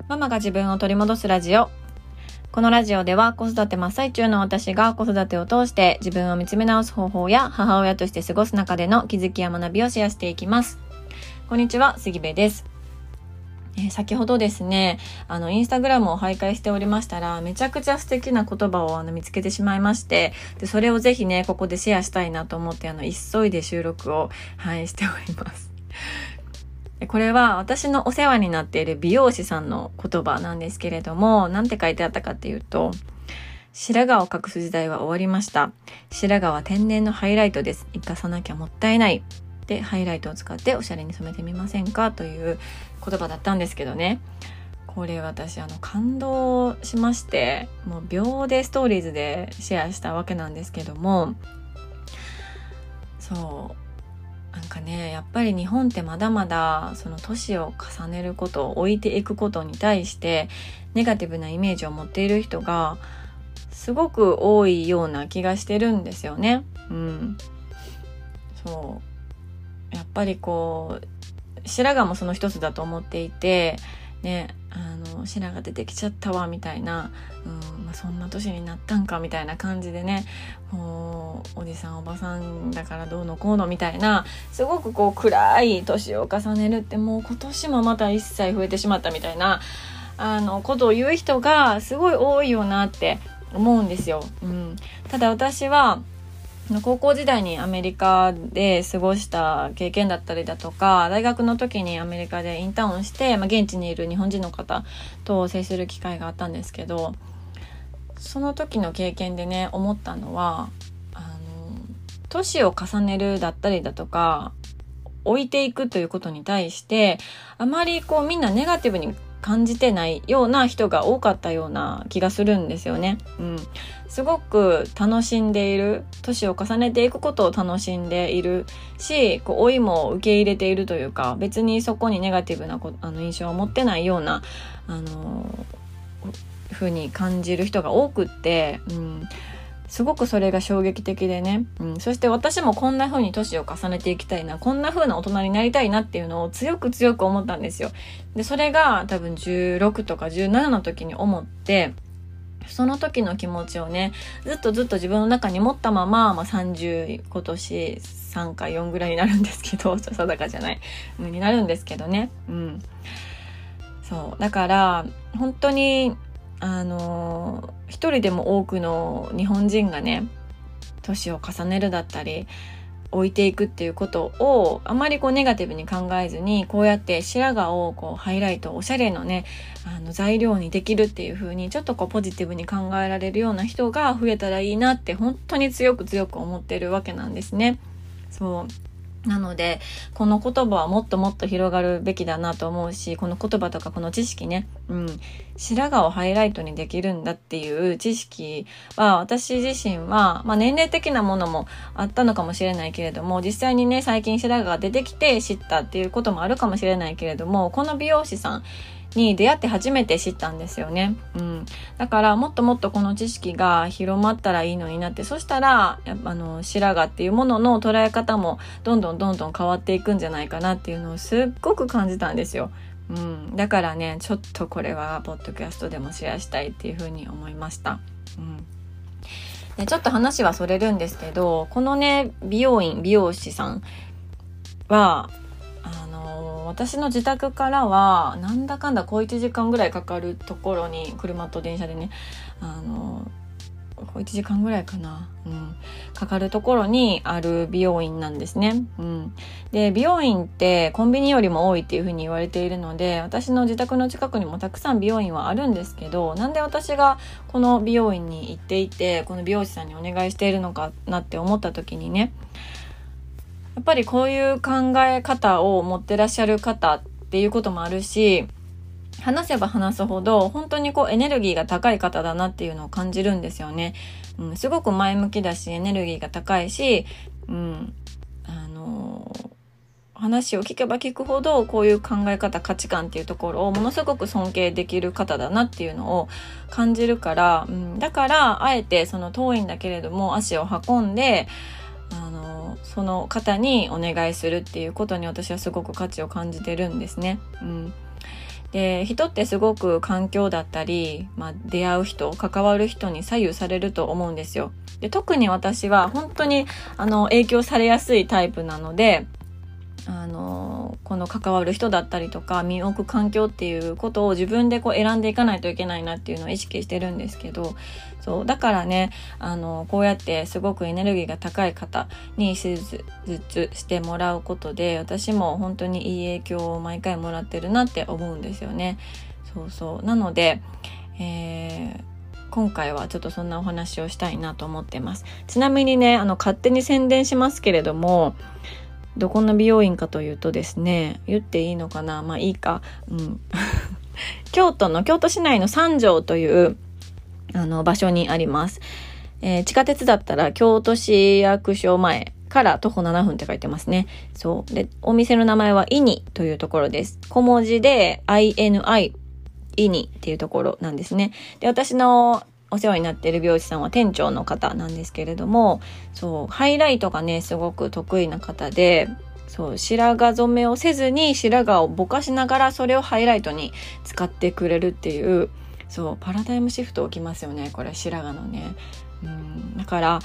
ママが自分を取り戻すラジオ。このラジオでは子育て真っ最中の私が子育てを通して自分を見つめ直す方法や母親として過ごす中での気づきや学びをシェアしていきます。こんにちは、杉部です。先ほどですね、インスタグラムを徘徊しておりましたら、めちゃくちゃ素敵な言葉を見つけてしまいまして、でそれをぜひね、ここでシェアしたいなと思って、急いで収録を、しております。これは私のお世話になっている美容師さんの言葉なんですけれども、なんて書いてあったかっていうと、白髪を隠す時代は終わりました。白髪は天然のハイライトです。生かさなきゃもったいない。で、ハイライトを使っておしゃれに染めてみませんかという言葉だったんですけどね。これ私感動しまして、もう秒でストーリーズでシェアしたわけなんですけども、なんかね、やっぱり日本ってまだまだその年を重ねることを置いていくことに対してネガティブなイメージを持っている人がすごく多いような気がしてるんですよね。やっぱり白髪もその一つだと思っていてね、白髪出てきちゃったわみたいな、そんな年になったんかみたいな感じでね、もうおじさんおばさんだからどうのこうのみたいな、すごく暗い年を重ねるって、もう今年もまた1歳増えてしまったみたいなことを言う人がすごい多いよなって思うんですよ。ただ私は高校時代にアメリカで過ごした経験だったりだとか、大学の時にアメリカでインターンをして、現地にいる日本人の方と接する機会があったんですけど、その時の経験でね、思ったのは年を重ねるだったりだとか置いていくということに対してあまりみんなネガティブに感じてないような人が多かったような気がするんですよね。すごく楽しんでいる、年を重ねていくことを楽しんでいるし、老いも受け入れているというか、別にそこにネガティブな印象を持ってないような風に感じる人が多くって、すごくそれが衝撃的でね、そして私もこんな風に年を重ねていきたいな、こんな風な大人になりたいなっていうのを強く思ったんですよ。でそれが多分16とか17の時に思って、その時の気持ちをね、ずっと自分の中に持ったまま、30今年3か4ぐらいになるんですけど、定かじゃないになるんですけどね。だから本当に一人でも多くの日本人がね、年を重ねるだったり置いていくっていうことをあまりネガティブに考えずに、こうやって白髪をハイライト、おしゃれのね材料にできるっていう風にちょっとポジティブに考えられるような人が増えたらいいなって本当に強く思ってるわけなんですね。なのでこの言葉はもっともっと広がるべきだなと思うし、この言葉とかこの知識ね、白髪をハイライトにできるんだっていう知識は、私自身は、年齢的なものもあったのかもしれないけれども、実際にね、最近白髪が出てきて知ったっていうこともあるかもしれないけれども、この美容師さんに出会って初めて知ったんですよね。だからもっともっとこの知識が広まったらいいのになって、そしたらやっぱ白髪っていうものの捉え方もどんどん変わっていくんじゃないかなっていうのをすっごく感じたんですよ。だからね、ちょっとこれはポッドキャストでもシェアしたいっていうふうに思いました。でちょっと話はそれるんですけど、このね、美容師さんは私の自宅からはなんだかんだ1時間ぐらいかかるところに、車と電車でね1時間ぐらいかな、かかるところにある美容院なんですね。で美容院ってコンビニよりも多いっていうふうに言われているので、私の自宅の近くにもたくさん美容院はあるんですけど、なんで私がこの美容院に行っていて、この美容師さんにお願いしているのかなって思った時にね、やっぱりこういう考え方を持ってらっしゃる方っていうこともあるし、話せば話すほど本当にエネルギーが高い方だなっていうのを感じるんですよね。すごく前向きだし、エネルギーが高いし、話を聞けば聞くほどこういう考え方、価値観っていうところをものすごく尊敬できる方だなっていうのを感じるから、だからあえてその遠いんだけれども足を運んでその方にお願いするっていうことに私はすごく価値を感じてるんですね。 で、人ってすごく環境だったり、出会う人、関わる人に左右されると思うんですよ。で、特に私は本当に影響されやすいタイプなので、この関わる人だったりとか身を置く環境っていうことを自分で選んでいかないといけないなっていうのを意識してるんですけど、そうだからね、こうやってすごくエネルギーが高い方に手術してもらうことで、私も本当にいい影響を毎回もらってるなって思うんですよね。そうなので、今回はちょっとそんなお話をしたいなと思ってます。ちなみにね、勝手に宣伝しますけれども、どこの美容院かというとですね、言っていいのかな、いいか、京都市内の三条という場所にあります。地下鉄だったら京都市役所前から徒歩7分って書いてますね。そうで、お店の名前はイニというところです。小文字で INI イニっていうところなんですね。で、私のお世話になっている美容師さんは店長の方なんですけれども、ハイライトがねすごく得意な方で、白髪染めをせずに白髪をぼかしながらそれをハイライトに使ってくれるっていう、パラダイムシフト起きますよね、これ白髪のね。だから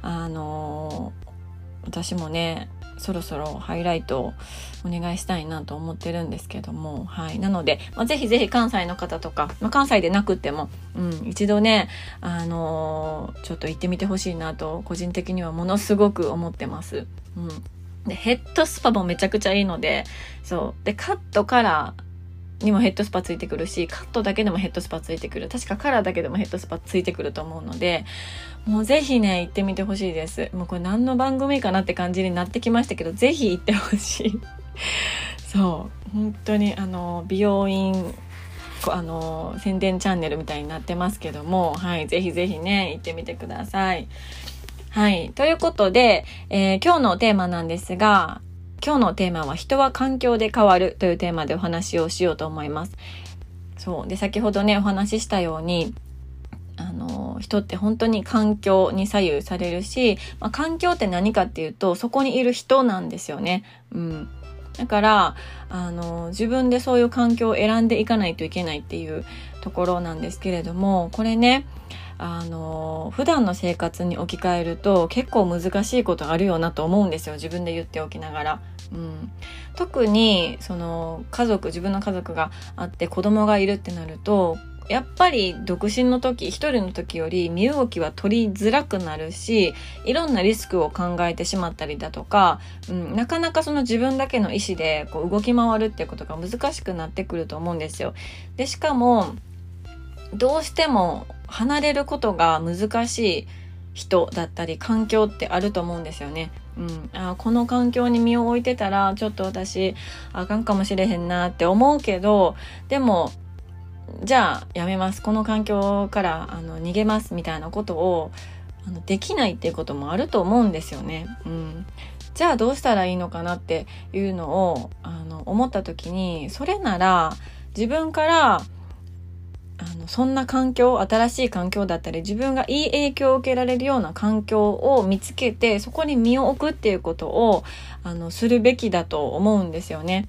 私もねそろそろハイライトをお願いしたいなと思ってるんですけども、なので、ぜひぜひ関西の方とか、関西でなくっても、一度ね、ちょっと行ってみてほしいなと個人的にはものすごく思ってます。で、ヘッドスパもめちゃくちゃいいので、でカットカラーにもヘッドスパついてくるし、カットだけでもヘッドスパついてくる、確かカラーだけでもヘッドスパついてくると思うので、もうぜひね行ってみてほしいです。もうこれ何の番組かなって感じになってきましたけど、ぜひ行ってほしい本当に美容院宣伝チャンネルみたいになってますけども、ぜひぜひね行ってみてください。ということで、今日のテーマなんですが、今日のテーマは人は環境で変わるというテーマでお話をしようと思います。で、先ほどねお話ししたように人って本当に環境に左右されるし、環境って何かっていうとそこにいる人なんですよね。だから自分でそういう環境を選んでいかないといけないっていうところなんですけれども、これね普段の生活に置き換えると結構難しいことあるよなと思うんですよ、自分で言っておきながら。特に自分の家族があって子供がいるってなると、やっぱり独身の時、一人の時より身動きは取りづらくなるし、いろんなリスクを考えてしまったりだとか、なかなか自分だけの意思で動き回るっていうことが難しくなってくると思うんですよ。で、しかもどうしても離れることが難しい人だったり環境ってあると思うんですよね。この環境に身を置いてたらちょっと私あかんかもしれへんなって思うけど、でもじゃあやめます、この環境から逃げますみたいなことをできないっていうこともあると思うんですよね。じゃあどうしたらいいのかなっていうのを思った時に、それなら自分からそんな環境、新しい環境だったり自分がいい影響を受けられるような環境を見つけて、そこに身を置くっていうことをするべきだと思うんですよね。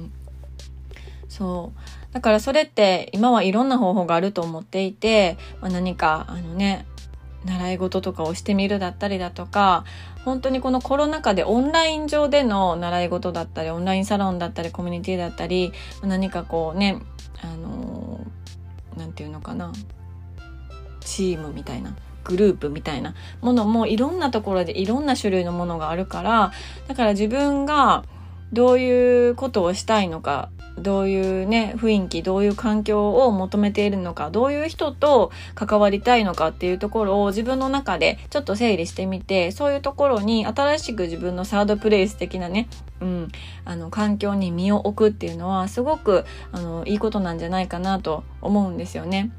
だからそれって今はいろんな方法があると思っていて、何か習い事とかをしてみるだったりだとか、本当にこのコロナ禍でオンライン上での習い事だったり、オンラインサロンだったり、コミュニティだったり、何かなんていうのかな、チームみたいな、グループみたいなものもいろんなところでいろんな種類のものがあるから、だから自分がどういうことをしたいのか、どういう雰囲気、どういう環境を求めているのか、どういう人と関わりたいのかっていうところを自分の中でちょっと整理してみて、そういうところに新しく自分のサードプレイス的な環境に身を置くっていうのはすごくいいことなんじゃないかなと思うんですよね。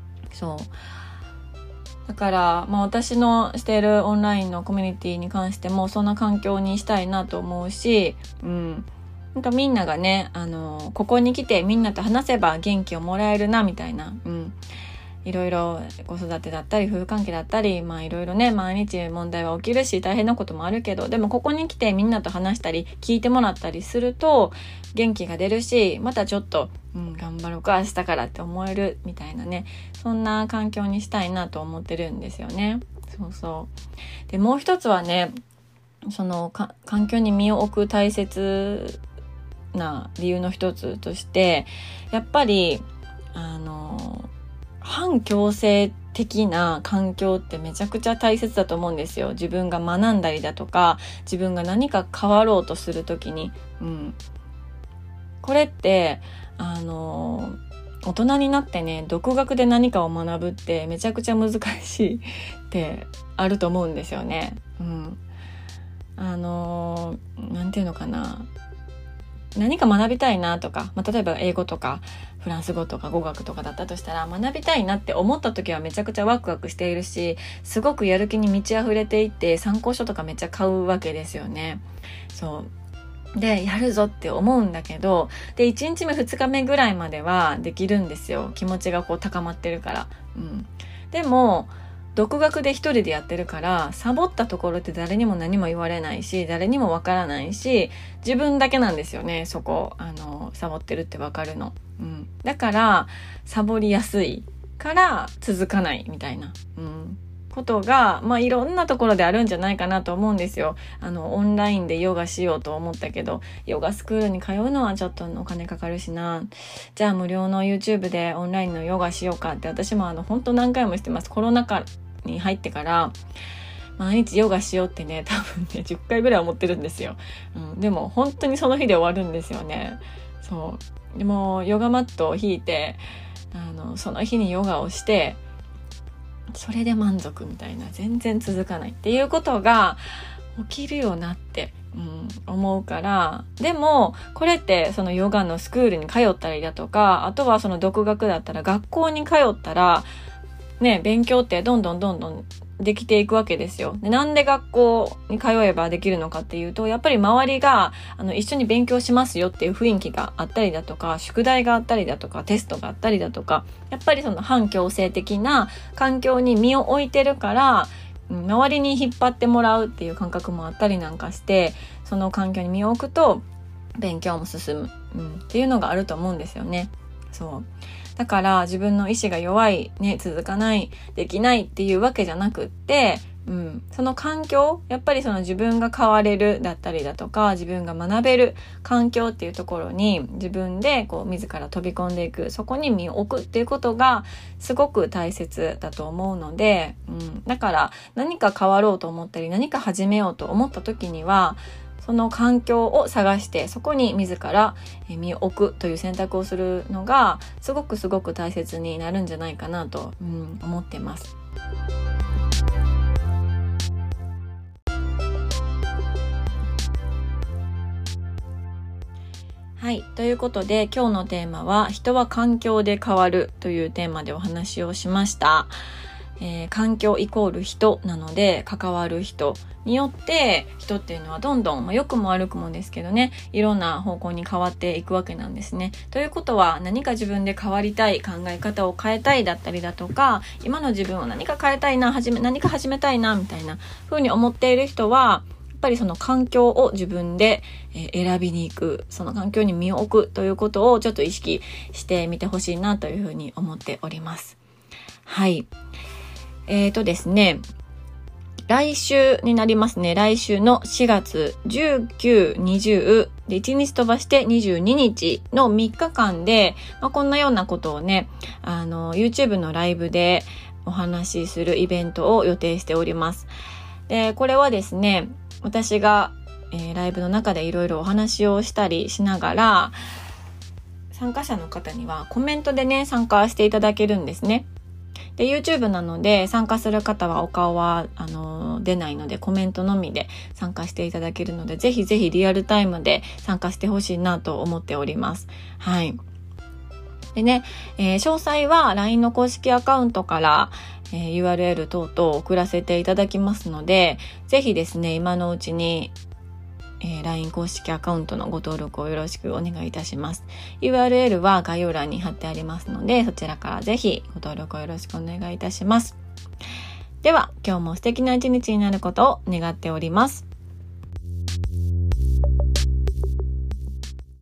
だから私のしているオンラインのコミュニティに関してもそんな環境にしたいなと思うし、みんながねここに来てみんなと話せば元気をもらえるなみたいな、 いろいろ子育てだったり夫婦関係だったり、いろいろね、毎日問題は起きるし大変なこともあるけど、でもここに来てみんなと話したり聞いてもらったりすると元気が出るし、またちょっと、頑張ろうか明日からって思えるみたいなね、そんな環境にしたいなと思ってるんですよね。そうそう。でもう一つはね、その環境に身を置く大切な理由の一つとして、やっぱり反強制的な環境ってめちゃくちゃ大切だと思うんですよ。自分が学んだりだとか、自分が何か変わろうとするときに、これって大人になってね、独学で何かを学ぶってめちゃくちゃ難しいってあると思うんですよね。なんていうのかな、何か学びたいなとか、例えば英語とかフランス語とか語学とかだったとしたら、学びたいなって思った時はめちゃくちゃワクワクしているし、すごくやる気に満ち溢れていて、参考書とかめっちゃ買うわけですよね。そうで、やるぞって思うんだけど、で1日目2日目ぐらいまではできるんですよ。気持ちがこう高まってるから。でも独学で一人でやってるから、サボったところって誰にも何も言われないし、誰にもわからないし、自分だけなんですよね、そこサボってるってわかるの。だからサボりやすいから続かないみたいな、ことがいろんなところであるんじゃないかなと思うんですよ。オンラインでヨガしようと思ったけど、ヨガスクールに通うのはちょっとお金かかるしな、じゃあ無料の YouTube でオンラインのヨガしようかって、私も本当何回もしてます。コロナ禍に入ってから毎日ヨガしようってね、多分ね10回ぐらい思ってるんですよ。でも本当にその日で終わるんですよね。そうでもヨガマットを引いてその日にヨガをして、それで満足みたいな、全然続かないっていうことが起きるよなって、思うから。でもこれってそのヨガのスクールに通ったりだとか、あとはその独学だったら学校に通ったらね、勉強ってどんどんできていくわけですよ。で、なんで学校に通えばできるのかっていうと、やっぱり周りが一緒に勉強しますよっていう雰囲気があったりだとか、宿題があったりだとか、テストがあったりだとか、やっぱりその反強制的な環境に身を置いてるから、周りに引っ張ってもらうっていう感覚もあったりなんかして、その環境に身を置くと勉強も進む、っていうのがあると思うんですよね。そうだから自分の意志が弱い、続かない、できないっていうわけじゃなくって、その環境、やっぱりその自分が変われるだったりだとか、自分が学べる環境っていうところに自分でこう自ら飛び込んでいく、そこに身を置くっていうことがすごく大切だと思うので、だから何か変わろうと思ったり、何か始めようと思った時には、その環境を探して、そこに自ら身を置くという選択をするのがすごく大切になるんじゃないかなと、思ってます。はい、ということで今日のテーマは、人は環境で変わるというテーマでお話をしました。環境イコール人なので、関わる人によって人っていうのはどんどん、良くも悪くもですけどね、いろんな方向に変わっていくわけなんですね。ということは、何か自分で変わりたい、考え方を変えたいだったりだとか、今の自分を何か変えたいな、何か始めたいなみたいな風に思っている人は、やっぱりその環境を自分で選びに行く、その環境に身を置くということをちょっと意識してみてほしいなというふうに思っております。はい。ですね、来週になりますね。来週の4月19、20で1日飛ばして22日の3日間で、こんなようなことをね、YouTube のライブでお話しするイベントを予定しております。で、これはですね、私が、ライブの中でいろいろお話をしたりしながら、参加者の方にはコメントでね、参加していただけるんですね。で YouTube なので、参加する方はお顔は出ないので、コメントのみで参加していただけるので、ぜひぜひリアルタイムで参加してほしいなと思っております。はい。でね、詳細は LINE の公式アカウントから、URL 等々送らせていただきますので、ぜひですね、今のうちに LINE 公式アカウントのご登録をよろしくお願いいたします。URL は概要欄に貼ってありますので、そちらからぜひご登録をよろしくお願いいたします。では、今日も素敵な一日になることを願っております。